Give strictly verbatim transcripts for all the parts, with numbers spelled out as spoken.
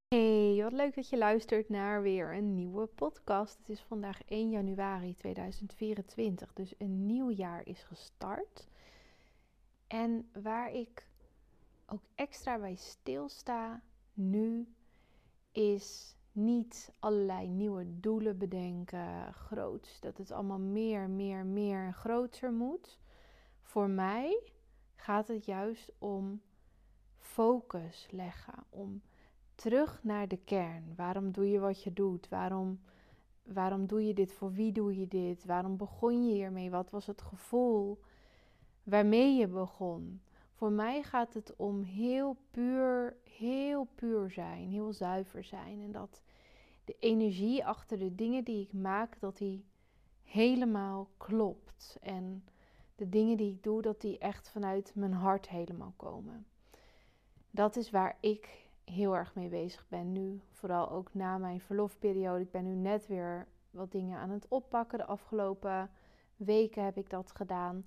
Hey, wat leuk dat je luistert naar weer een nieuwe podcast. Het is vandaag één januari tweeduizend vierentwintig, dus een nieuw jaar is gestart. En waar ik ook extra bij stilsta nu, is niet allerlei nieuwe doelen bedenken, groots. Dat het allemaal meer, meer, meer en groter moet. Voor mij gaat het juist om focus leggen, om terug naar de kern. Waarom doe je wat je doet? Waarom, waarom doe je dit? Voor wie doe je dit? Waarom begon je hiermee? Wat was het gevoel waarmee je begon? Voor mij gaat het om heel puur, heel puur zijn, heel zuiver zijn. En dat de energie achter de dingen die ik maak, dat die helemaal klopt. En de dingen die ik doe, dat die echt vanuit mijn hart helemaal komen. Dat is waar ik heel erg mee bezig ben nu. Vooral ook na mijn verlofperiode. Ik ben nu net weer wat dingen aan het oppakken. De afgelopen weken heb ik dat gedaan.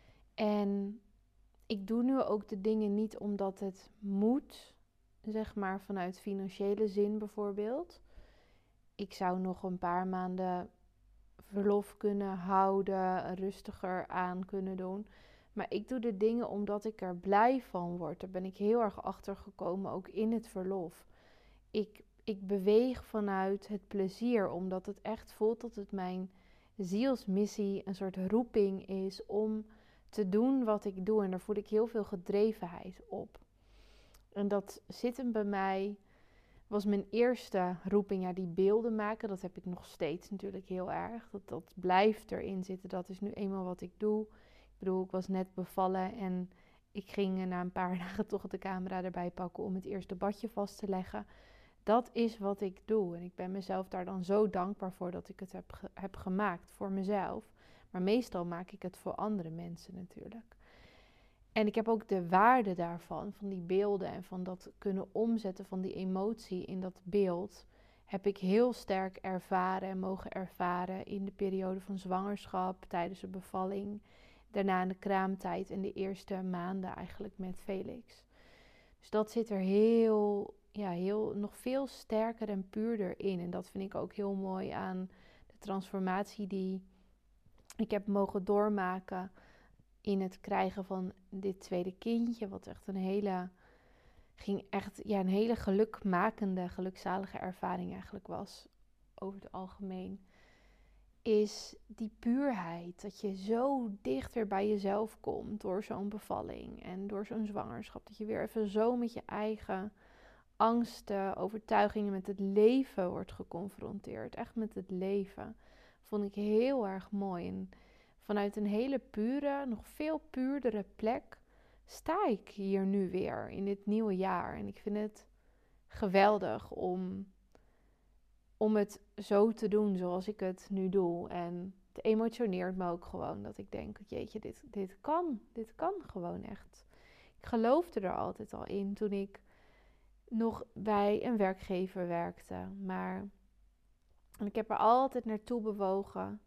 En ik doe nu ook de dingen niet omdat het moet. Zeg maar vanuit financiële zin bijvoorbeeld. Ik zou nog een paar maanden verlof kunnen houden. Rustiger aan kunnen doen. Maar ik doe de dingen omdat ik er blij van word. Daar ben ik heel erg achter gekomen, ook in het verlof. Ik, ik beweeg vanuit het plezier, omdat het echt voelt dat het mijn zielsmissie, een soort roeping is om te doen wat ik doe. En daar voel ik heel veel gedrevenheid op. En dat zit hem bij mij, was mijn eerste roeping, ja, die beelden maken. Dat heb ik nog steeds natuurlijk heel erg. Dat, dat blijft erin zitten. Dat is nu eenmaal wat ik doe. Ik bedoel, ik was net bevallen en ik ging na een paar dagen toch de camera erbij pakken om het eerste badje vast te leggen. Dat is wat ik doe. En ik ben mezelf daar dan zo dankbaar voor dat ik het heb, ge- heb gemaakt voor mezelf. Maar meestal maak ik het voor andere mensen natuurlijk. En ik heb ook de waarde daarvan, van die beelden en van dat kunnen omzetten van die emotie in dat beeld, heb ik heel sterk ervaren en mogen ervaren in de periode van zwangerschap, tijdens de bevalling, daarna in de kraamtijd en de eerste maanden eigenlijk met Felix. Dus dat zit er heel, ja, heel, nog veel sterker en puurder in. En dat vind ik ook heel mooi aan de transformatie die ik heb mogen doormaken in het krijgen van dit tweede kindje, wat echt een hele, ging echt, ja, een hele gelukmakende, gelukzalige ervaring eigenlijk was, over het algemeen, is die puurheid. Dat je zo dichter bij jezelf komt door zo'n bevalling en door zo'n zwangerschap. Dat je weer even zo met je eigen angsten, overtuigingen, met het leven wordt geconfronteerd. Echt met het leven. Vond ik heel erg mooi. En vanuit een hele pure, nog veel puurdere plek sta ik hier nu weer in dit nieuwe jaar. En ik vind het geweldig om, om het zo te doen zoals ik het nu doe. En het emotioneert me ook gewoon dat ik denk, jeetje, dit, dit kan. Dit kan gewoon echt. Ik geloofde er altijd al in toen ik nog bij een werkgever werkte. Maar ik heb er altijd naartoe bewogen.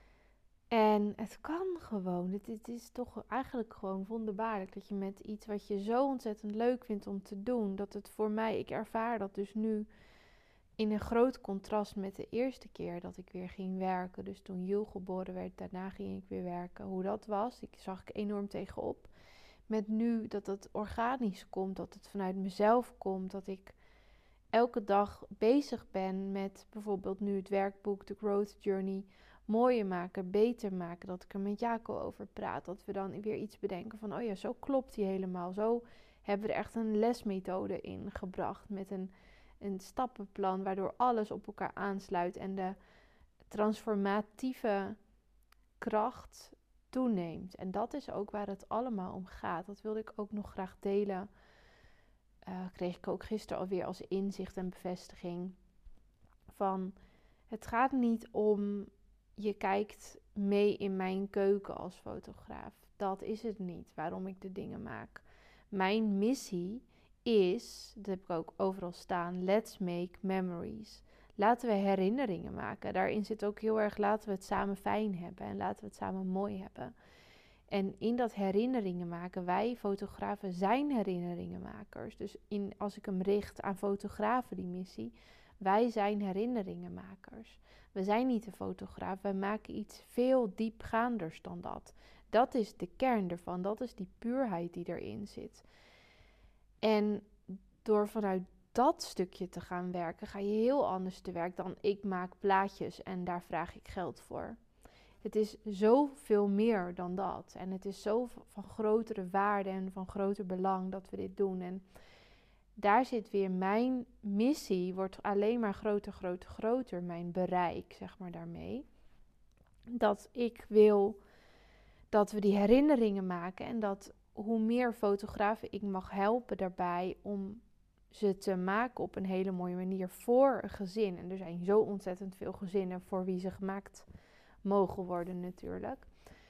En het kan gewoon. Het, het is toch eigenlijk gewoon wonderbaarlijk dat je met iets wat je zo ontzettend leuk vindt om te doen, dat het voor mij, ik ervaar dat dus nu in een groot contrast met de eerste keer dat ik weer ging werken. Dus toen Jul geboren werd, daarna ging ik weer werken. Hoe dat was, ik zag ik enorm tegenop. Met nu dat het organisch komt, dat het vanuit mezelf komt, dat ik elke dag bezig ben met bijvoorbeeld nu het werkboek The Growth Journey mooier maken, beter maken. Dat ik er met Jaco over praat. Dat we dan weer iets bedenken van, oh ja, zo klopt die helemaal. Zo hebben we er echt een lesmethode in gebracht met een, een stappenplan waardoor alles op elkaar aansluit en de transformatieve kracht toeneemt. En dat is ook waar het allemaal om gaat. Dat wilde ik ook nog graag delen. Uh, kreeg ik ook gisteren alweer als inzicht en bevestiging van, het gaat niet om je kijkt mee in mijn keuken als fotograaf. Dat is het niet waarom ik de dingen maak. Mijn missie is, dat heb ik ook overal staan, let's make memories. Laten we herinneringen maken. Daarin zit ook heel erg, laten we het samen fijn hebben en laten we het samen mooi hebben. En in dat herinneringen maken, wij fotografen zijn herinneringenmakers. Dus in, als ik hem richt aan fotografen, die missie, wij zijn herinneringenmakers. We zijn niet de fotograaf, wij maken iets veel diepgaanders dan dat. Dat is de kern ervan, dat is die puurheid die erin zit. En door vanuit dat stukje te gaan werken, ga je heel anders te werk dan ik maak plaatjes en daar vraag ik geld voor. Het is zoveel meer dan dat. En het is zo van grotere waarde en van groter belang dat we dit doen. En daar zit weer mijn missie, wordt alleen maar groter, groter, groter. Mijn bereik, zeg maar daarmee. Dat ik wil dat we die herinneringen maken. En dat hoe meer fotografen ik mag helpen daarbij om ze te maken op een hele mooie manier voor een gezin. En er zijn zo ontzettend veel gezinnen voor wie ze gemaakt mogen worden natuurlijk.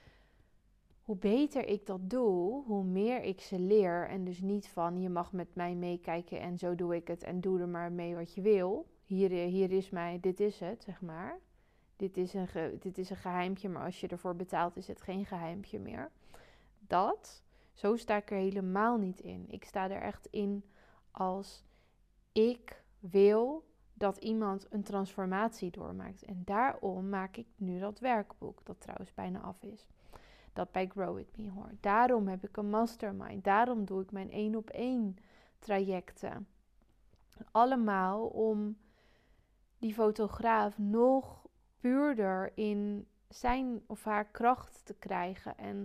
Hoe beter ik dat doe, hoe meer ik ze leer. En dus niet van, je mag met mij meekijken en zo doe ik het en doe er maar mee wat je wil. Hier, hier is mij, dit is het, zeg maar. Dit is, een ge, dit is een geheimpje, maar als je ervoor betaalt is het geen geheimpje meer. Dat, zo sta ik er helemaal niet in. Ik sta er echt in als ik wil dat iemand een transformatie doormaakt. En daarom maak ik nu dat werkboek, dat trouwens bijna af is. Dat bij Grow With Me hoort. Daarom heb ik een mastermind. Daarom doe ik mijn één op één trajecten. Allemaal om die fotograaf nog puurder in zijn of haar kracht te krijgen. En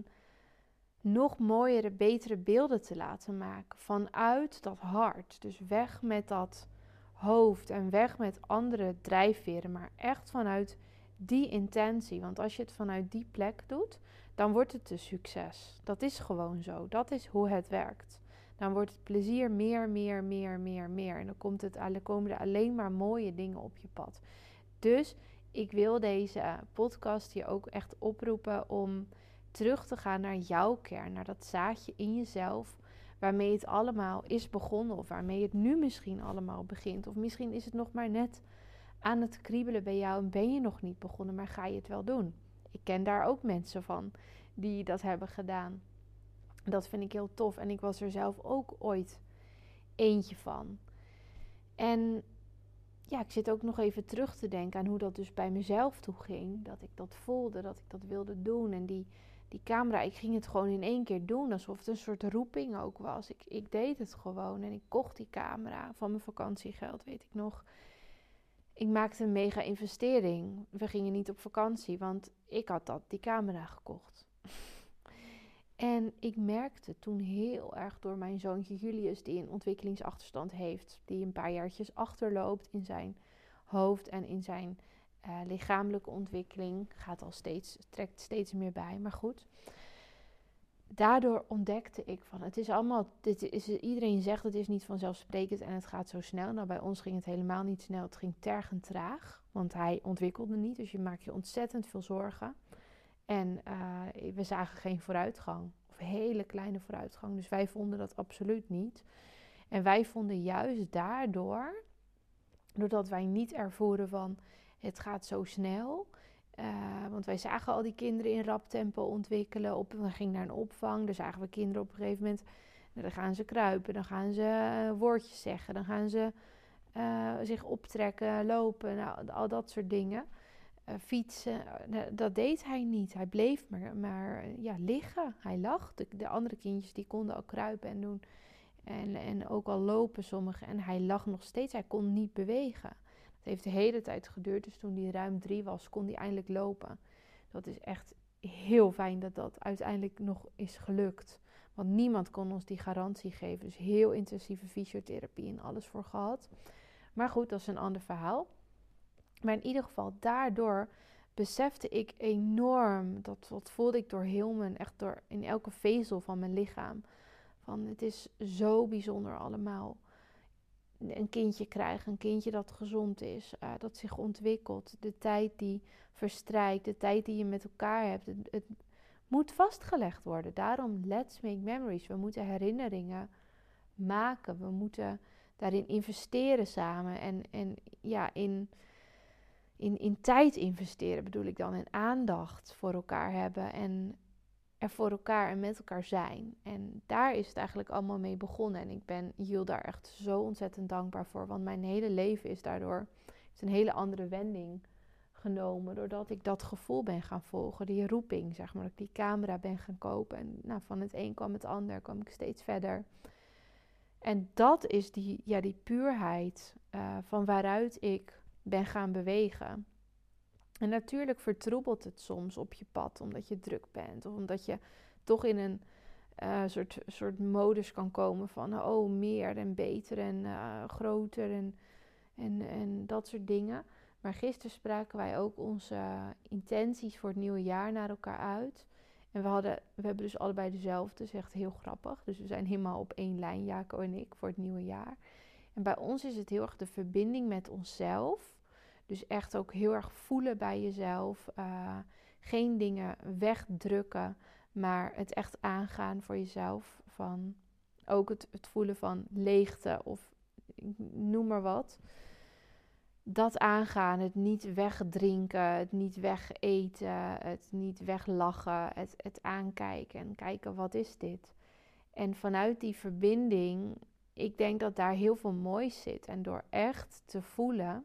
nog mooiere, betere beelden te laten maken. Vanuit dat hart. Dus weg met dat hoofd en weg met andere drijfveren. Maar echt vanuit die intentie. Want als je het vanuit die plek doet, dan wordt het een succes. Dat is gewoon zo. Dat is hoe het werkt. Dan wordt het plezier meer, meer, meer, meer, meer. En dan komt het, dan komen er alleen maar mooie dingen op je pad. Dus ik wil deze podcast hier ook echt oproepen om terug te gaan naar jouw kern. Naar dat zaadje in jezelf, waarmee het allemaal is begonnen. Of waarmee het nu misschien allemaal begint. Of misschien is het nog maar net aan het kriebelen bij jou en ben je nog niet begonnen, maar ga je het wel doen. Ik ken daar ook mensen van die dat hebben gedaan. Dat vind ik heel tof. En ik was er zelf ook ooit eentje van. En ja, ik zit ook nog even terug te denken aan hoe dat dus bij mezelf toe ging. Dat ik dat voelde, dat ik dat wilde doen. En die, die camera, ik ging het gewoon in één keer doen. Alsof het een soort roeping ook was. Ik, ik deed het gewoon en ik kocht die camera van mijn vakantiegeld, weet ik nog. Ik maakte een mega investering. We gingen niet op vakantie, want ik had dat, die camera gekocht. En ik merkte toen heel erg door mijn zoontje Julius, die een ontwikkelingsachterstand heeft, die een paar jaartjes achterloopt in zijn hoofd en in zijn uh, lichamelijke ontwikkeling, gaat al steeds, trekt steeds meer bij, maar goed. Daardoor ontdekte ik van, het is allemaal, dit is, iedereen zegt het is niet vanzelfsprekend en het gaat zo snel. Nou, bij ons ging het helemaal niet snel, het ging tergend traag, want hij ontwikkelde niet, dus je maakt je ontzettend veel zorgen. En uh, we zagen geen vooruitgang, of hele kleine vooruitgang, dus wij vonden dat absoluut niet. En wij vonden juist daardoor, doordat wij niet ervoeren van, het gaat zo snel. Uh, want wij zagen al die kinderen in rap tempo ontwikkelen. Op, we gingen naar een opvang. Dan zagen we kinderen op een gegeven moment. Nou, dan gaan ze kruipen. Dan gaan ze uh, woordjes zeggen. Dan gaan ze uh, zich optrekken, lopen. Nou, al dat soort dingen. Uh, fietsen. Uh, dat deed hij niet. Hij bleef maar, maar uh, ja, liggen. Hij lag. De, de andere kindjes die konden al kruipen en doen. En, en ook al lopen sommigen. En hij lag nog steeds. Hij kon niet bewegen. Het heeft de hele tijd geduurd, dus toen hij ruim drie was, kon hij eindelijk lopen. Dat is echt heel fijn dat dat uiteindelijk nog is gelukt. Want niemand kon ons die garantie geven. Dus heel intensieve fysiotherapie en alles voor gehad. Maar goed, dat is een ander verhaal. Maar in ieder geval, daardoor besefte ik enorm, dat, dat voelde ik door heel mijn, echt door in elke vezel van mijn lichaam. Van het is zo bijzonder allemaal. Een kindje krijgen, een kindje dat gezond is, uh, dat zich ontwikkelt, de tijd die verstrijkt, de tijd die je met elkaar hebt, het, het moet vastgelegd worden. Daarom, let's make memories. We moeten herinneringen maken, we moeten daarin investeren samen en, en ja, in, in, in tijd investeren bedoel ik dan, en aandacht voor elkaar hebben en er voor elkaar en met elkaar zijn. En daar is het eigenlijk allemaal mee begonnen. En ik ben Jill daar echt zo ontzettend dankbaar voor. Want mijn hele leven is daardoor heeft een hele andere wending genomen. Doordat ik dat gevoel ben gaan volgen. Die roeping, zeg maar. Dat ik die camera ben gaan kopen. En nou, van het een kwam het ander. Kwam ik steeds verder. En dat is die, ja, die puurheid uh, van waaruit ik ben gaan bewegen. En natuurlijk vertroebelt het soms op je pad, omdat je druk bent. Of omdat je toch in een uh, soort, soort modus kan komen van, oh, meer en beter en uh, groter en, en, en dat soort dingen. Maar gisteren spraken wij ook onze intenties voor het nieuwe jaar naar elkaar uit. En we, hadden, we hebben dus allebei dezelfde, dat is echt heel grappig. Dus we zijn helemaal op één lijn, Jaco en ik, voor het nieuwe jaar. En bij ons is het heel erg de verbinding met onszelf. Dus echt ook heel erg voelen bij jezelf. Uh, geen dingen wegdrukken, maar het echt aangaan voor jezelf. Van ook het, het voelen van leegte of noem maar wat. Dat aangaan, het niet wegdrinken, het niet wegeten, het niet weglachen, het, het aankijken en kijken wat is dit. En vanuit die verbinding, ik denk dat daar heel veel moois zit. En door echt te voelen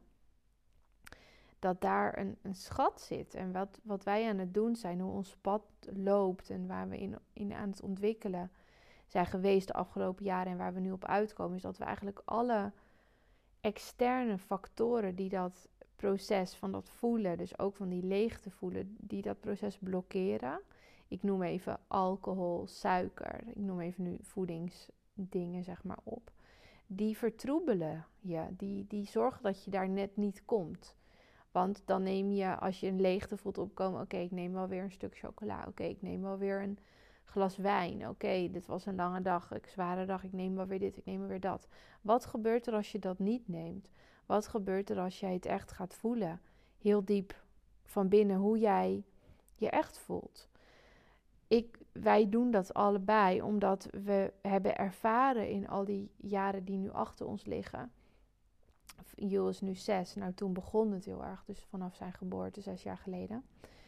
dat daar een, een schat zit. En wat, wat wij aan het doen zijn, hoe ons pad loopt en waar we in, in aan het ontwikkelen zijn geweest de afgelopen jaren en waar we nu op uitkomen, is dat we eigenlijk alle externe factoren die dat proces van dat voelen, dus ook van die leegte voelen, die dat proces blokkeren. Ik noem even alcohol, suiker, ik noem even nu voedingsdingen zeg maar op. Die vertroebelen je, die, die zorgen dat je daar net niet komt. Want dan neem je, als je een leegte voelt opkomen, oké, okay, ik neem wel weer een stuk chocola. Oké, okay, ik neem wel weer een glas wijn. Oké, okay, dit was een lange dag, een zware dag, ik neem wel weer dit, ik neem wel weer dat. Wat gebeurt er als je dat niet neemt? Wat gebeurt er als jij het echt gaat voelen? Heel diep van binnen, hoe jij je echt voelt. Ik, wij doen dat allebei, omdat we hebben ervaren in al die jaren die nu achter ons liggen. Jules is nu zes. Nou, toen begon het heel erg. Dus vanaf zijn geboorte, zes jaar geleden.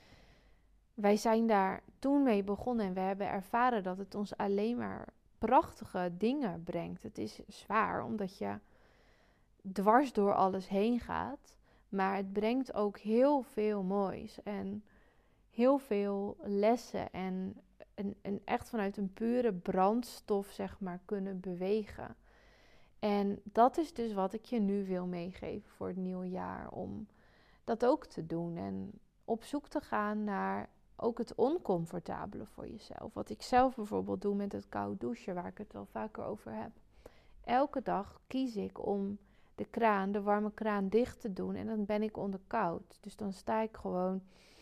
Wij zijn daar toen mee begonnen. En we hebben ervaren dat het ons alleen maar prachtige dingen brengt. Het is zwaar, omdat je dwars door alles heen gaat. Maar het brengt ook heel veel moois. En heel veel lessen. En een, een echt vanuit een pure brandstof, zeg maar, kunnen bewegen. En dat is dus wat ik je nu wil meegeven voor het nieuwe jaar. Om dat ook te doen. En op zoek te gaan naar ook het oncomfortabele voor jezelf. Wat ik zelf bijvoorbeeld doe met het koud douchen, waar ik het wel vaker over heb. Elke dag kies ik om de kraan, de warme kraan dicht te doen. En dan ben ik onderkoud. Dus dan sta ik gewoon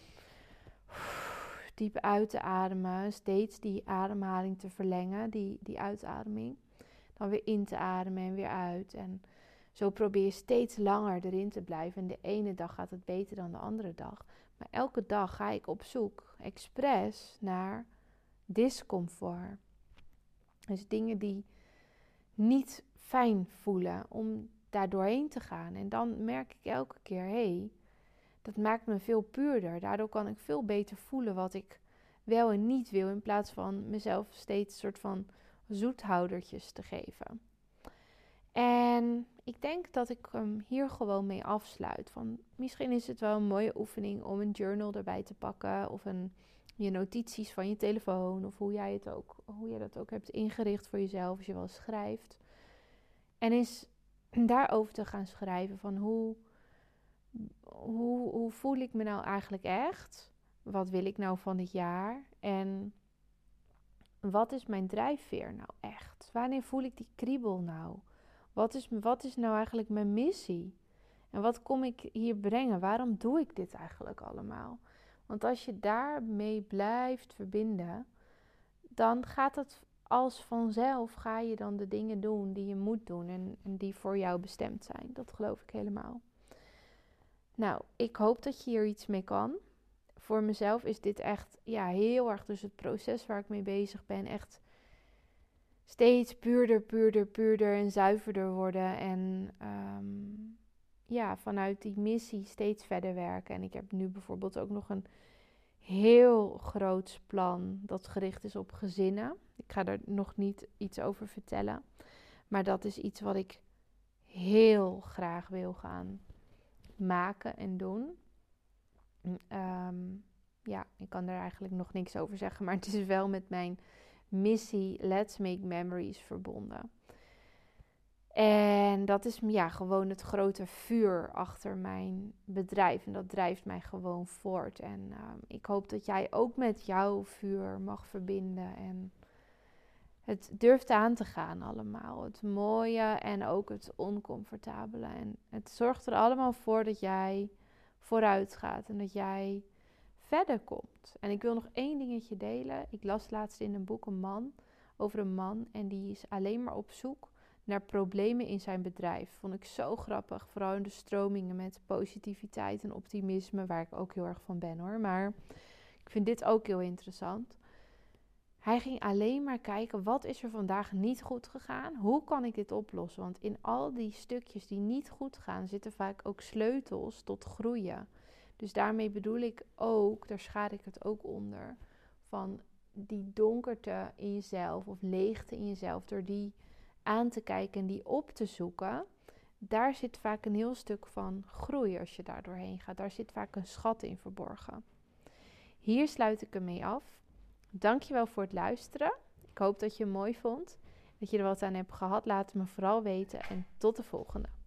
diep uit te ademen. Steeds die ademhaling te verlengen, die, die uitademing. Dan weer in te ademen en weer uit. En zo probeer je steeds langer erin te blijven. En de ene dag gaat het beter dan de andere dag. Maar elke dag ga ik op zoek, expres, naar discomfort. Dus dingen die niet fijn voelen, om daar doorheen te gaan. En dan merk ik elke keer, hé, hey, dat maakt me veel puurder. Daardoor kan ik veel beter voelen wat ik wel en niet wil. In plaats van mezelf steeds een soort van zoethoudertjes te geven. En ik denk dat ik hem hier gewoon mee afsluit. Van, misschien is het wel een mooie oefening om een journal erbij te pakken. Of een, je notities van je telefoon. Of hoe jij, het ook, hoe jij dat ook hebt ingericht voor jezelf als je wel schrijft. En eens daarover te gaan schrijven van hoe, hoe, hoe voel ik me nou eigenlijk echt? Wat wil ik nou van dit jaar? En wat is mijn drijfveer nou echt? Wanneer voel ik die kriebel nou? Wat is, wat is nou eigenlijk mijn missie? En wat kom ik hier brengen? Waarom doe ik dit eigenlijk allemaal? Want als je daarmee blijft verbinden, dan gaat het als vanzelf, ga je dan de dingen doen die je moet doen en, en die voor jou bestemd zijn. Dat geloof ik helemaal. Nou, ik hoop dat je hier iets mee kan. Voor mezelf is dit echt ja, heel erg dus het proces waar ik mee bezig ben. Echt steeds puurder, puurder, puurder en zuiverder worden. En um, ja, vanuit die missie steeds verder werken. En ik heb nu bijvoorbeeld ook nog een heel groots plan dat gericht is op gezinnen. Ik ga er nog niet iets over vertellen. Maar dat is iets wat ik heel graag wil gaan maken en doen. Um, ja, ik kan er eigenlijk nog niks over zeggen. Maar het is wel met mijn missie Let's Make Memories verbonden. En dat is ja, gewoon het grote vuur achter mijn bedrijf. En dat drijft mij gewoon voort. En uh, ik hoop dat jij ook met jouw vuur mag verbinden. En het durft aan te gaan allemaal. Het mooie en ook het oncomfortabele. En het zorgt er allemaal voor dat jij vooruit gaat. En dat jij verder komt. En ik wil nog één dingetje delen. Ik las laatst in een boek een man over een man. En die is alleen maar op zoek naar problemen in zijn bedrijf. Vond ik zo grappig. Vooral in de stromingen met positiviteit en optimisme. Waar ik ook heel erg van ben hoor. Maar ik vind dit ook heel interessant. Hij ging alleen maar kijken, wat is er vandaag niet goed gegaan? Hoe kan ik dit oplossen? Want in al die stukjes die niet goed gaan, zitten vaak ook sleutels tot groeien. Dus daarmee bedoel ik ook, daar schaar ik het ook onder, van die donkerte in jezelf of leegte in jezelf, door die aan te kijken en die op te zoeken, daar zit vaak een heel stuk van groei als je daar doorheen gaat. Daar zit vaak een schat in verborgen. Hier sluit ik hem mee af. Dankjewel voor het luisteren. Ik hoop dat je het mooi vond. Dat je er wat aan hebt gehad. Laat het me vooral weten. En tot de volgende.